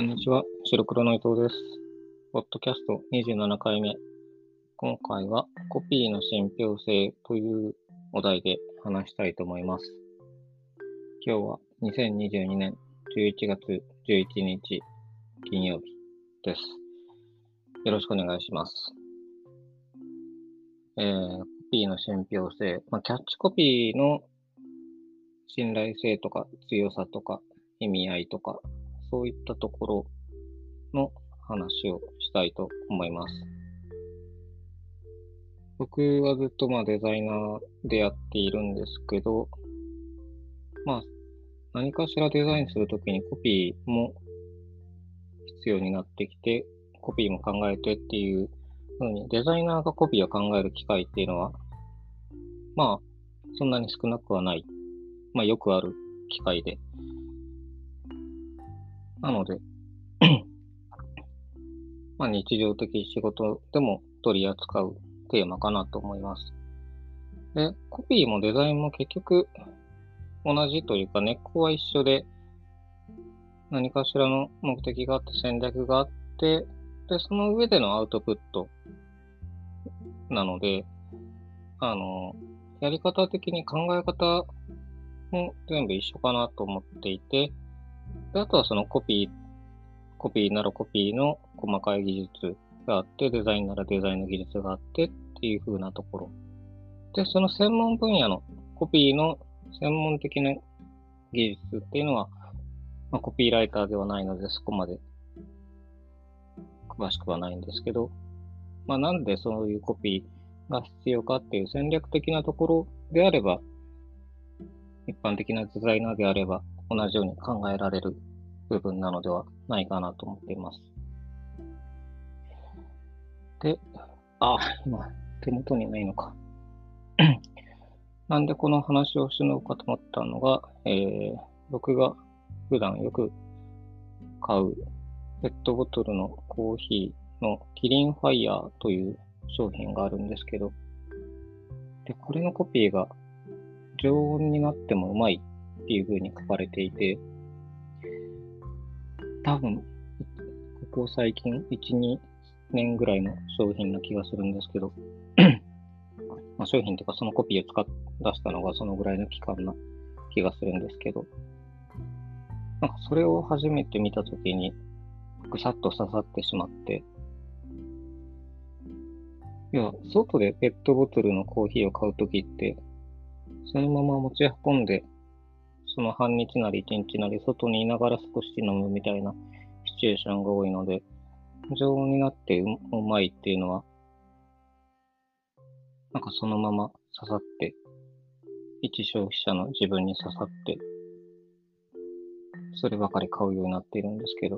こんにちは、白黒の伊藤です。ポッドキャスト27回目。今回はコピーの信憑性というお題で話したいと思います。今日は2022年11月11日金曜日です。よろしくお願いします。コピーの信憑性、キャッチコピーの信頼性とか強さとか意味合いとか、そういったところの話をしたいと思います。僕はずっとデザイナーでやっているんですけど、何かしらデザインするときにコピーも必要になってきて、コピーも考えてっていう風に、デザイナーがコピーを考える機会っていうのは、そんなに少なくはない。よくある機会で。なので、日常的仕事でも取り扱うテーマかなと思います。で、コピーもデザインも結局同じというか根っこは一緒で、何かしらの目的があって戦略があって、で、その上でのアウトプットなので、やり方的に考え方も全部一緒かなと思っていて、であとはそのコピーならコピーの細かい技術があって、デザインならデザインの技術があってっていう風なところ。で、その専門分野のコピーの専門的な技術っていうのは、コピーライターではないのでそこまで詳しくはないんですけど、なんでそういうコピーが必要かっていう戦略的なところであれば、一般的なデザイナーであれば同じように考えられる部分なのではないかなと思っています。で、今手元にないのか。なんでこの話をしようかと思ったのが、僕が普段よく買うペットボトルのコーヒーのキリンファイヤーという商品があるんですけど、で、これのコピーが常温になってもうまいっていう風に書かれていて、多分、ここ最近1、2年ぐらいの商品な気がするんですけど、商品というかそのコピーを出したのがそのぐらいの期間な気がするんですけど、それを初めて見たときに、ぐさっと刺さってしまって、外でペットボトルのコーヒーを買うときって、そのまま持ち運んで、その半日なり一日なり外にいながら少し飲むみたいなシチュエーションが多いので、常温になってうまいっていうのは、そのまま刺さって、一消費者の自分に刺さって、そればかり買うようになっているんですけど。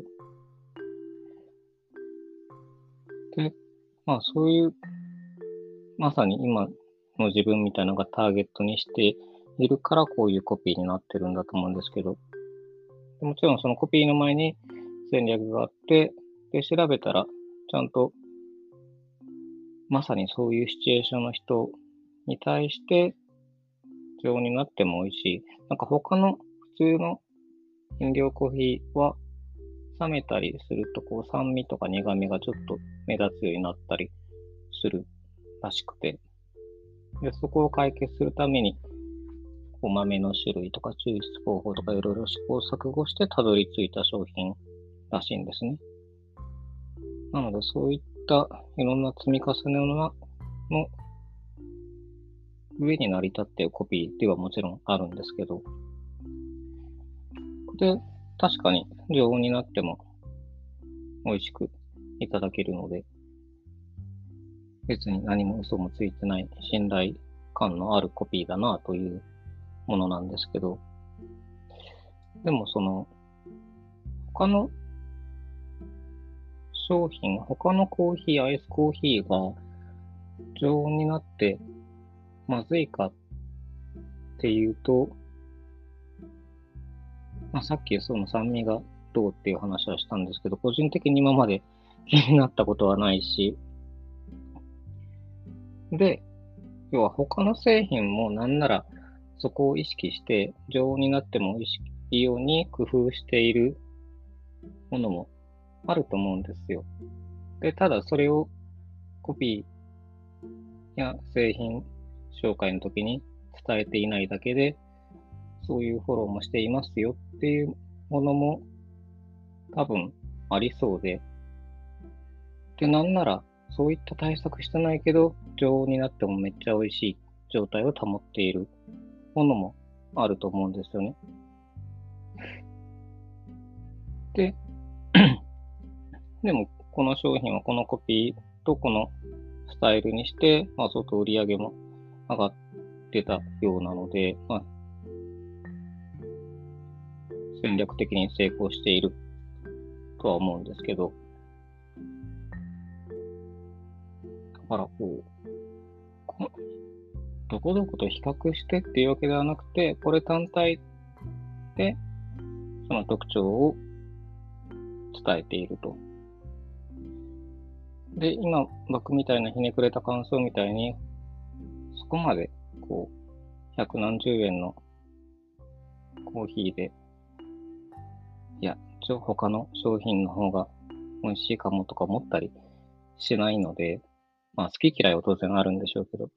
で、そういう、まさに今の自分みたいなのがターゲットにしているからこういうコピーになってるんだと思うんですけど、もちろんそのコピーの前に戦略があって、で、調べたら、ちゃんと、まさにそういうシチュエーションの人に対して、常温になっても美味しい。他の普通の飲料コーヒーは、冷めたりすると、酸味とか苦味がちょっと目立つようになったりするらしくて、で、そこを解決するために、豆の種類とか抽出方法とかいろいろ試行錯誤してたどり着いた商品らしいんですね。なので、そういったいろんな積み重ねの上に成り立っているコピーではもちろんあるんですけど、で、確かに常温になっても美味しくいただけるので、別に何も嘘もついてない信頼感のあるコピーだなというものなんですけど、でも他の商品、他のコーヒー、アイスコーヒーが常温になってまずいかっていうと、さっきその酸味がどうっていう話はしたんですけど、個人的に今まで気になったことはないし、で、要は他の製品もなんならそこを意識して常温になっても美味しいように工夫しているものもあると思うんですよ。で、ただそれをコピーや製品紹介の時に伝えていないだけで、そういうフォローもしていますよっていうものも多分ありそうで、で、なんならそういった対策してないけど、常温になってもめっちゃ美味しい状態を保っているものもあると思うんですよね。で、でもこの商品はこのコピーとこのスタイルにして、まあ、相当売り上げも上がってたようなので、まあ、戦略的に成功しているとは思うんですけど、だからどこどこと比較してっていうわけではなくて、これ単体でその特徴を伝えていると。で、今、僕みたいなひねくれた感想みたいに、そこまで、百何十円のコーヒーで、いや、他の商品の方が美味しいかもとか思ったりしないので、まあ、好き嫌いは当然あるんでしょうけど、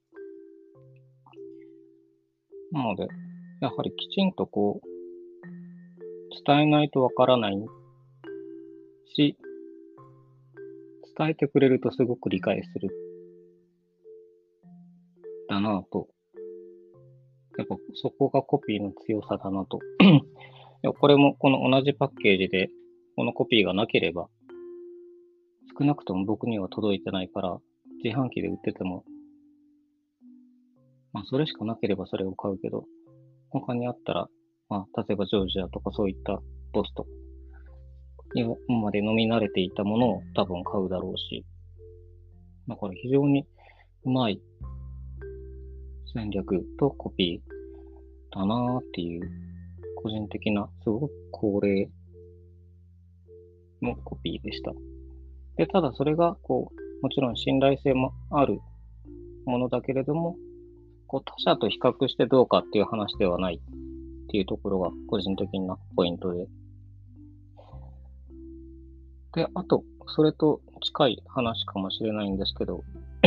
なので、やはりきちんと伝えないとわからないし、伝えてくれるとすごく理解するだなぁと。やっぱそこがコピーの強さだなと。これもこの同じパッケージで、このコピーがなければ、少なくとも僕には届いてないから、自販機で売ってても、まあそれしかなければそれを買うけど、他にあったら、まあ例えばジョージアとかそういったポスト、今まで飲み慣れていたものを多分買うだろうし、だから非常にうまい戦略とコピーだなっていう、個人的なすごく恒例のコピーでした。で、ただそれが、もちろん信頼性もあるものだけれども、他社と比較してどうかっていう話ではないっていうところが個人的なポイントで。で、あと、それと近い話かもしれないんですけど、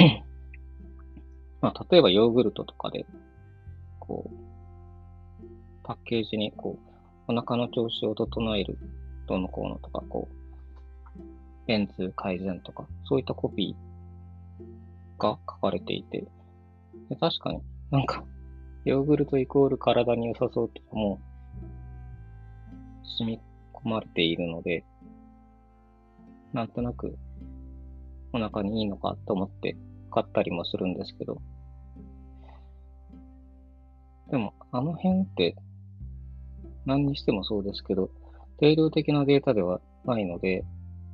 まあ、例えばヨーグルトとかで、こう、パッケージに、お腹の調子を整える、どうのこうのとか、便通改善とか、そういったコピーが書かれていて、で確かになんか、ヨーグルトイコール体に良さそうとかも染み込まれているので、なんとなくお腹にいいのかと思って買ったりもするんですけど、でもあの辺って何にしてもそうですけど、定量的なデータではないので、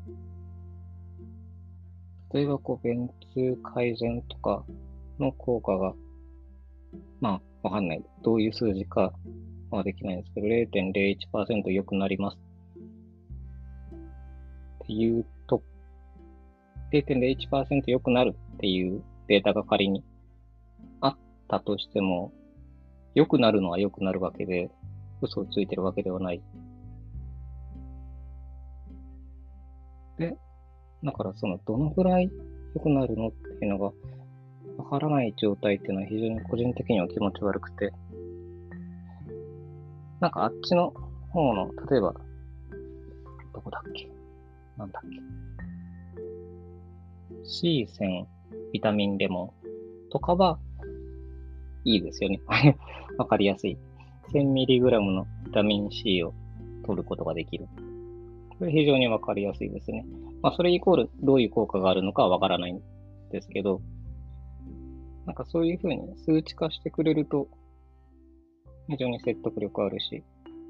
例えば便通改善とかの効果が、まあわかんない。どういう数字かはできないんですけど、0.01% 良くなりますっていうと、0.01% 良くなるっていうデータが仮にあったとしても、良くなるのは良くなるわけで、嘘をついてるわけではない。で、だからどのぐらい良くなるのっていうのがわからない状態っていうのは非常に個人的には気持ち悪くて、なんかあっちの方の、例えば、どこだっけなんだっけ ?C 線ビタミンレモンとかはいいですよね。わかりやすい。1000mg のビタミン C を取ることができる。これ非常にわかりやすいですね。まあ、それイコールどういう効果があるのかはわからないんですけど、なんかそういうふうに数値化してくれると非常に説得力あるし、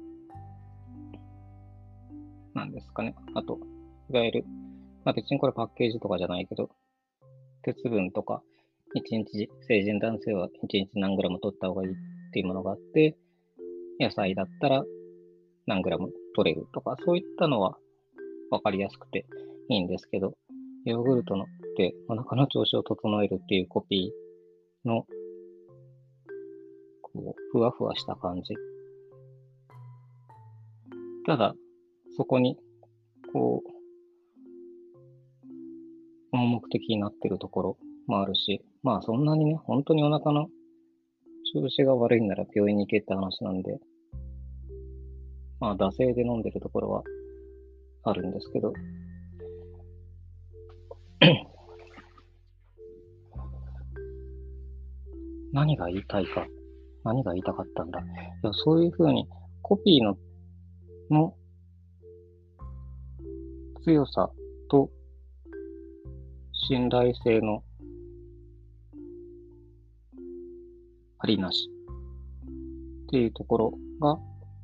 なんですかね。あと、いわゆる、まあ別にこれパッケージとかじゃないけど、鉄分とか、1日、成人男性は1日何グラム取った方がいいっていうものがあって、野菜だったら何グラム取れるとか、そういったのはわかりやすくていいんですけど、ヨーグルトのってお腹の調子を整えるっていうコピーの、ふわふわした感じ。ただ、そこに、こう、 盲目的になってるところもあるし、まあそんなにね、本当にお腹の調子が悪いなら病院に行けって話なんで、まあ惰性で飲んでるところはあるんですけど、何が言いたいか、何が言いたかったんだ。いや、そういうふうにコピーの強さと信頼性のありなしっていうところが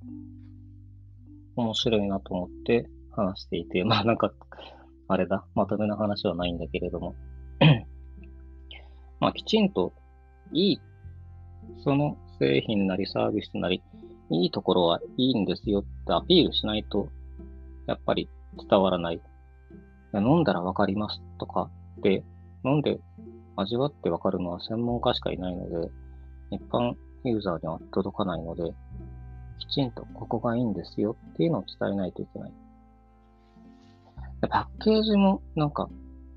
面白いなと思って話していて、まあなんか、あれだ、まとめの話はないんだけれども、まあきちんといい、その製品なりサービスなり、いいところはいいんですよってアピールしないと、やっぱり伝わらない。いや飲んだらわかりますとかで、飲んで味わってわかるのは専門家しかいないので、一般ユーザーには届かないので、きちんとここがいいんですよっていうのを伝えないといけない。でパッケージもなんか、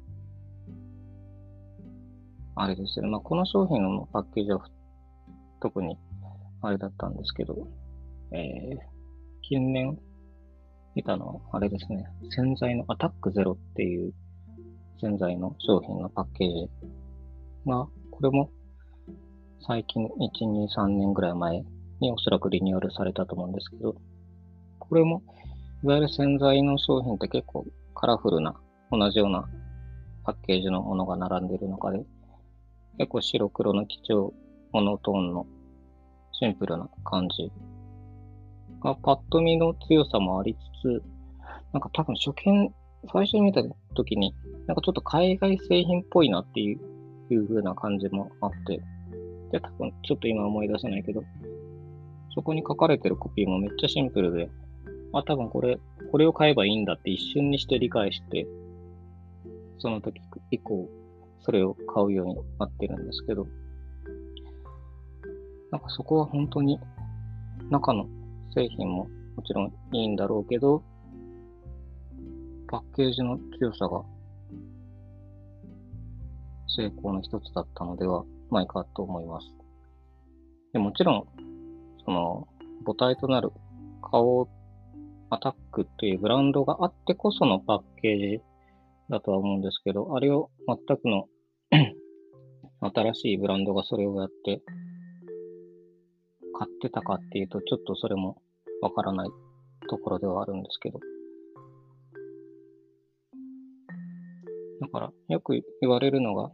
あれですよね。まあ、この商品のパッケージは特にあれだったんですけど、近年見たのはあれですね。洗剤のアタックゼロっていう洗剤の商品のパッケージが、これも最近1、2、3年ぐらい前におそらくリニューアルされたと思うんですけど、これもいわゆる洗剤の商品って結構カラフルな同じようなパッケージのものが並んでいる中で、結構白黒の基調モノトーンのシンプルな感じがパッと見の強さもありつつ、なんか多分最初に見た時に、なんかちょっと海外製品っぽいなっていう風な感じもあって、で、多分ちょっと今思い出せないけど、そこに書かれてるコピーもめっちゃシンプルで、多分これを買えばいいんだって一瞬にして理解して、その時以降、それを買うようになってるんですけど、なんかそこは本当に中の製品ももちろんいいんだろうけど、パッケージの強さが成功の一つだったのではないかと思います。でもちろん、その母体となる顔アタックっていうブランドがあってこそのパッケージだとは思うんですけど、あれを全くの新しいブランドがそれをやって買ってたかっていうと、ちょっとそれもわからないところではあるんですけど。だから、よく言われるのが、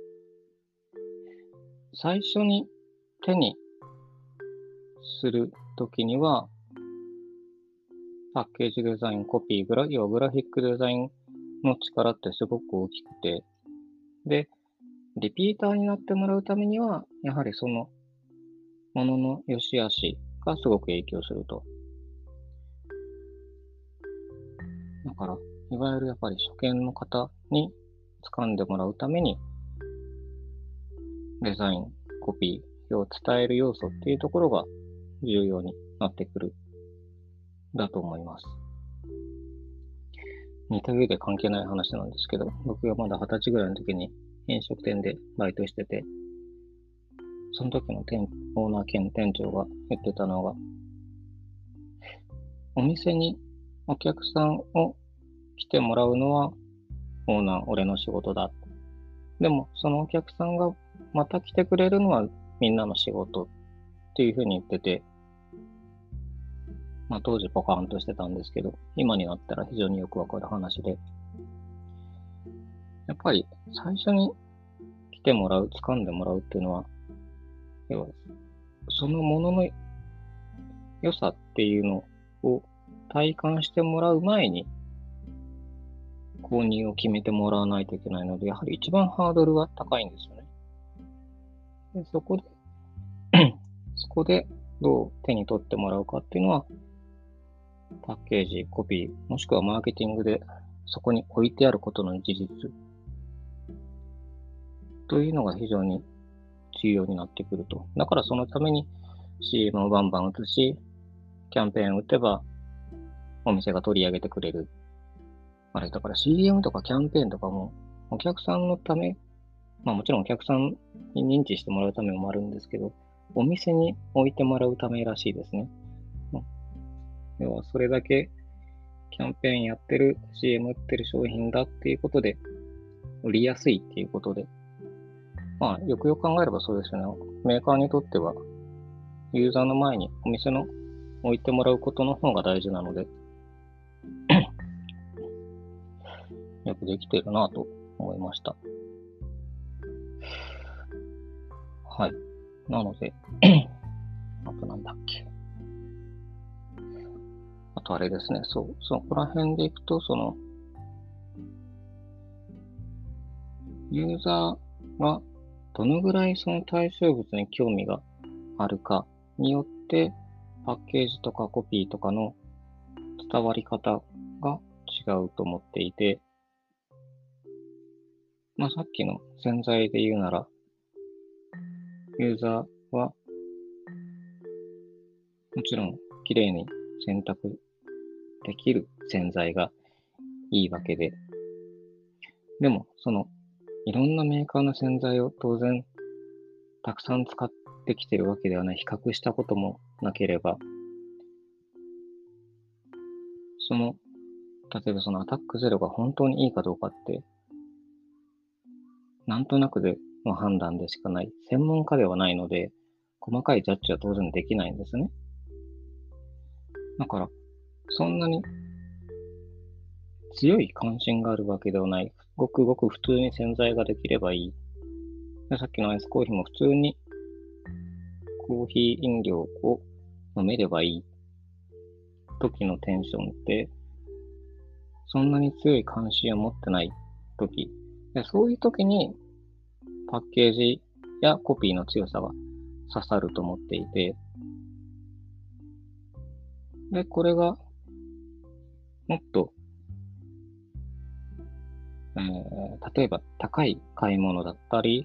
最初に手にするときには、パッケージデザイン、コピー、要はグラフィックデザインの力ってすごく大きくて、で、リピーターになってもらうためには、やはりそのものの良し悪しがすごく影響すると。だから、いわゆるやっぱり初見の方に掴んでもらうために、デザイン、コピーを伝える要素っていうところが重要になってくる、だと思います。似た上で関係ない話なんですけど、僕がまだ20歳ぐらいの時に飲食店でバイトしてて、その時のオーナー兼店長が言ってたのが、お店にお客さんを来てもらうのはオーナー、俺の仕事だ。でも、そのお客さんがまた来てくれるのはみんなの仕事っていうふうに言ってて、まあ当時ポカーンとしてたんですけど、今になったら非常によくわかる話で、やっぱり最初に来てもらう、掴んでもらうっていうのは、要はそのものの良さっていうのを体感してもらう前に購入を決めてもらわないといけないので、やはり一番ハードルは高いんですよね。でそこでどう手に取ってもらうかっていうのは、パッケージ、コピー、もしくはマーケティングでそこに置いてあることの事実というのが非常に重要になってくると。だからそのために CM をバンバン打つし、キャンペーンを打てばお店が取り上げてくれる。あれ、だから CM とかキャンペーンとかもお客さんのため、もちろんお客さんに認知してもらうためもあるんですけど、お店に置いてもらうためらしいですね。要はそれだけキャンペーンやってる、CM 売ってる商品だっていうことで、売りやすいっていうことで、よくよく考えればそうですよね。メーカーにとっては、ユーザーの前にお店の置いてもらうことの方が大事なので、よくできてるなと思いました。はい。なので、あとなんだっけ。あとあれですね、そこら辺でいくと、ユーザーがどのぐらいその対象物に興味があるかによって、パッケージとかコピーとかの伝わり方が違うと思っていて、さっきの洗剤で言うなら、ユーザーはもちろん綺麗に洗濯できる洗剤がいいわけで、でもいろんなメーカーの洗剤を当然たくさん使ってきてるわけではない、比較したこともなければ、例えばアタックゼロが本当にいいかどうかって、なんとなくでの判断でしかない、専門家ではないので、細かいジャッジは当然できないんですね。だから、そんなに強い関心があるわけではない。ごくごく普通に洗剤ができればいい。さっきのアイスコーヒーも普通にコーヒー飲料を飲めればいい時のテンションって、そんなに強い関心を持ってない時。そういう時にパッケージやコピーの強さが刺さると思っていて、で、これがもっと、例えば高い買い物だったり、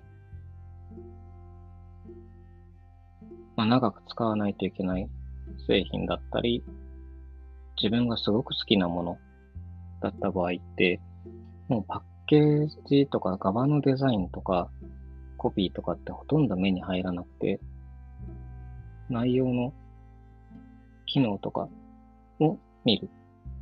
長く使わないといけない製品だったり、自分がすごく好きなものだった場合って、もうパッケージとか側のデザインとかコピーとかってほとんど目に入らなくて、内容の機能とかを見る。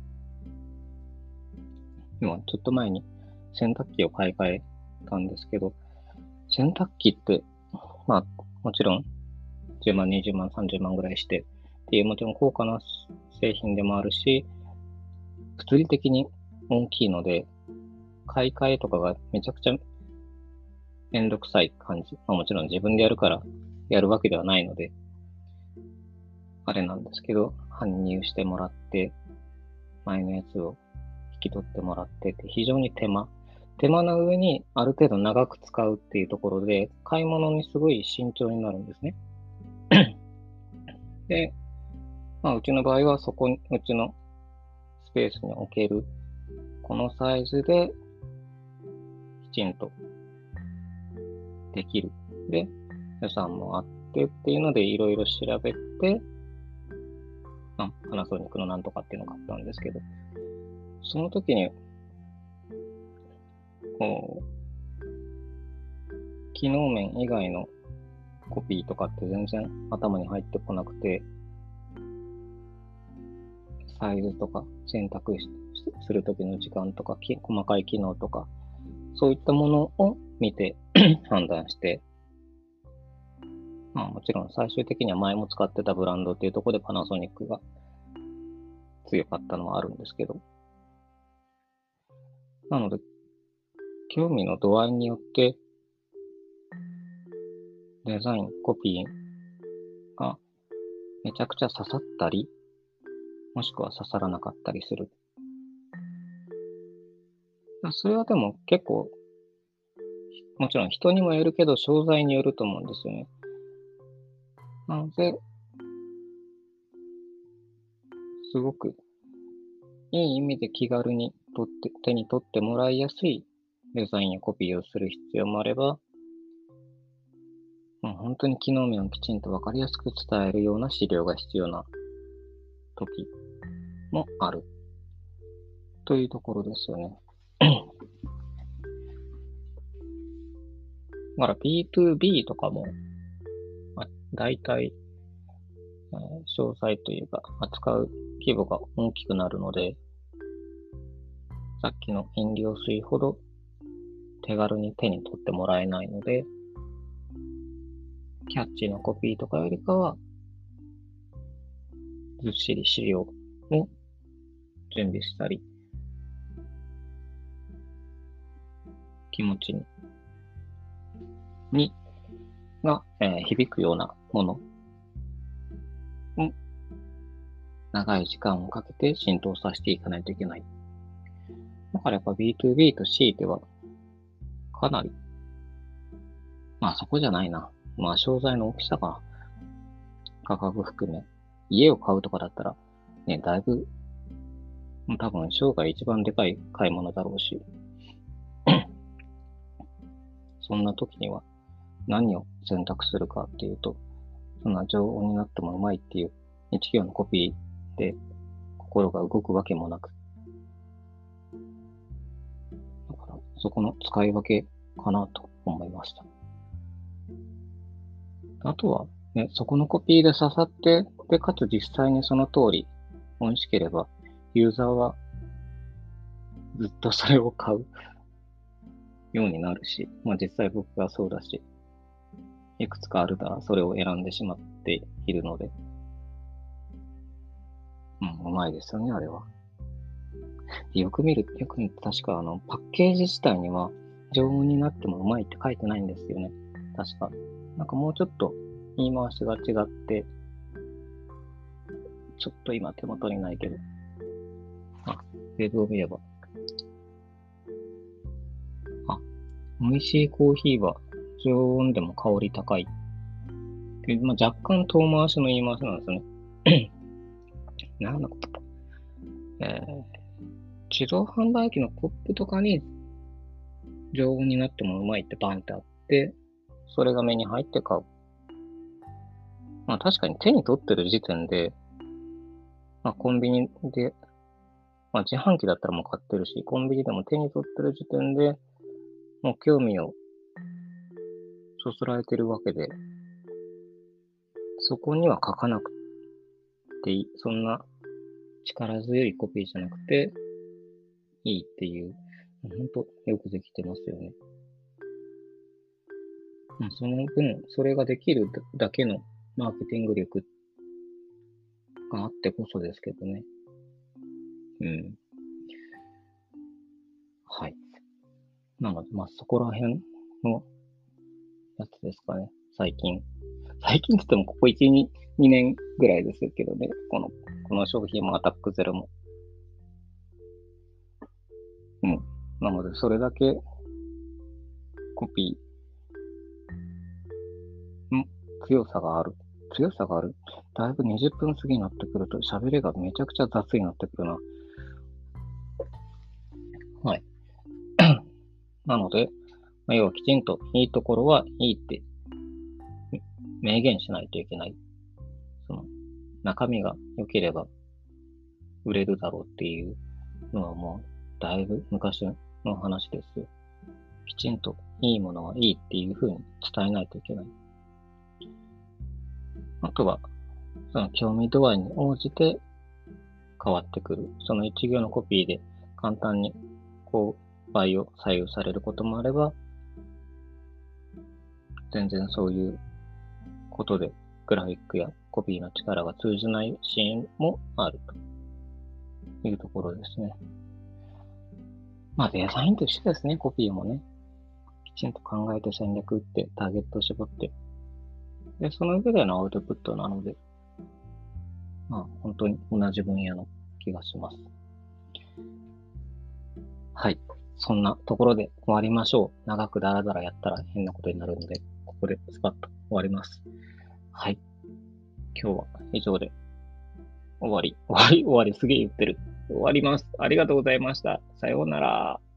今ちょっと前に洗濯機を買い替えたんですけど、洗濯機って、もちろん10万、20万、30万ぐらいしてっていう、もちろん高価な製品でもあるし、物理的に大きいので、買い替えとかがめちゃくちゃめんどくさい感じ。もちろん自分でやるからやるわけではないので、あれなんですけど、搬入してもらって、前のやつを引き取ってもらってって非常に手間の上にある程度長く使うっていうところで、買い物にすごい慎重になるんですね。で、うちの場合はうちのスペースに置ける、このサイズできちんとできる。で、予算もあってっていうのでいろいろ調べて、パナソニックのなんとかっていうのを買ったんですけど、その時に、機能面以外のコピーとかって全然頭に入ってこなくて、サイズとか選択する時の時間とか、細かい機能とか、そういったものを見て判断して、もちろん最終的には前も使ってたブランドっていうところでパナソニックが強かったのはあるんですけど、なので、興味の度合いによって、デザイン、コピーがめちゃくちゃ刺さったり、もしくは刺さらなかったりする。それはでも結構、もちろん人にもよるけど、商材によると思うんですよね。なので、すごくいい意味で気軽に手に取ってもらいやすいデザインやコピーをする必要もあれば、本当に機能面をきちんと分かりやすく伝えるような資料が必要な時もあるというところですよね。 だから B2B とかも、大体、詳細というか、扱う規模が大きくなるので、さっきの飲料水ほど手軽に手に取ってもらえないので、キャッチーなコピーとかよりかは、ずっしり資料を準備したり、気持ちが、響くようなものを長い時間をかけて浸透させていかないといけない。だからやっぱ B2B と C ではかなり、そこじゃないな。商材の大きさが価格含め、家を買うとかだったら、ね、だいぶ、多分生涯一番でかい買い物だろうし、そんな時には何を選択するかっていうと、そんな常温になってもうまいっていう一行のコピーで心が動くわけもなく、だからそこの使い分けかなと思いました。あとは、ね、そこのコピーで刺さって、で、かつ実際にその通り美味しければ、ユーザーはずっとそれを買うようになるし、実際僕がそうだし、いくつかあるならそれを選んでしまっているので、うまいですよね、あれは。よく見ると確かパッケージ自体には常温になってもうまいって書いてないんですよね。確か。なんかもうちょっと言い回しが違って、ちょっと今手元にないけど、ウェブを見れば。美味しいコーヒーは常温でも香り高い。で若干遠回しの言い回しなんですよね。なんだことか。自動販売機のコップとかに常温になってもうまいってバンってあって、それが目に入って買う。確かに手に取ってる時点で、コンビニで、自販機だったらもう買ってるし、コンビニでも手に取ってる時点で、もう興味をそそられてるわけで、そこには書かなくていい。そんな力強いコピーじゃなくていいっていう、本当よくできてますよね。その分、それができるだけのマーケティング力があってこそですけどね。はい。なので、そこら辺のやつですかね。最近って言ってもここ1、2年ぐらいですけどね。この商品もアタックゼロも。なので、それだけコピーの強さがある。だいぶ20分過ぎになってくると喋りがめちゃくちゃ雑になってくるな。はい。なので、要はきちんといいところはいいって明言しないといけない。その中身が良ければ売れるだろうっていうのはもうだいぶ昔の話ですよ。きちんといいものはいいっていう風に伝えないといけない。あとは、その興味度合いに応じて変わってくる。その一行のコピーで簡単に倍を左右されることもあれば、全然そういうことでグラフィックやコピーの力が通じないシーンもあるというところですね。デザインとしてですね、コピーもね、きちんと考えて戦略打ってターゲットを絞って、で、その上でのアウトプットなので、本当に同じ分野の気がします。はい。そんなところで終わりましょう。長くダラダラやったら変なことになるので、ここでスパッと終わります。はい。今日は以上で終わり。すげえ言ってる。終わります。ありがとうございました。さようなら。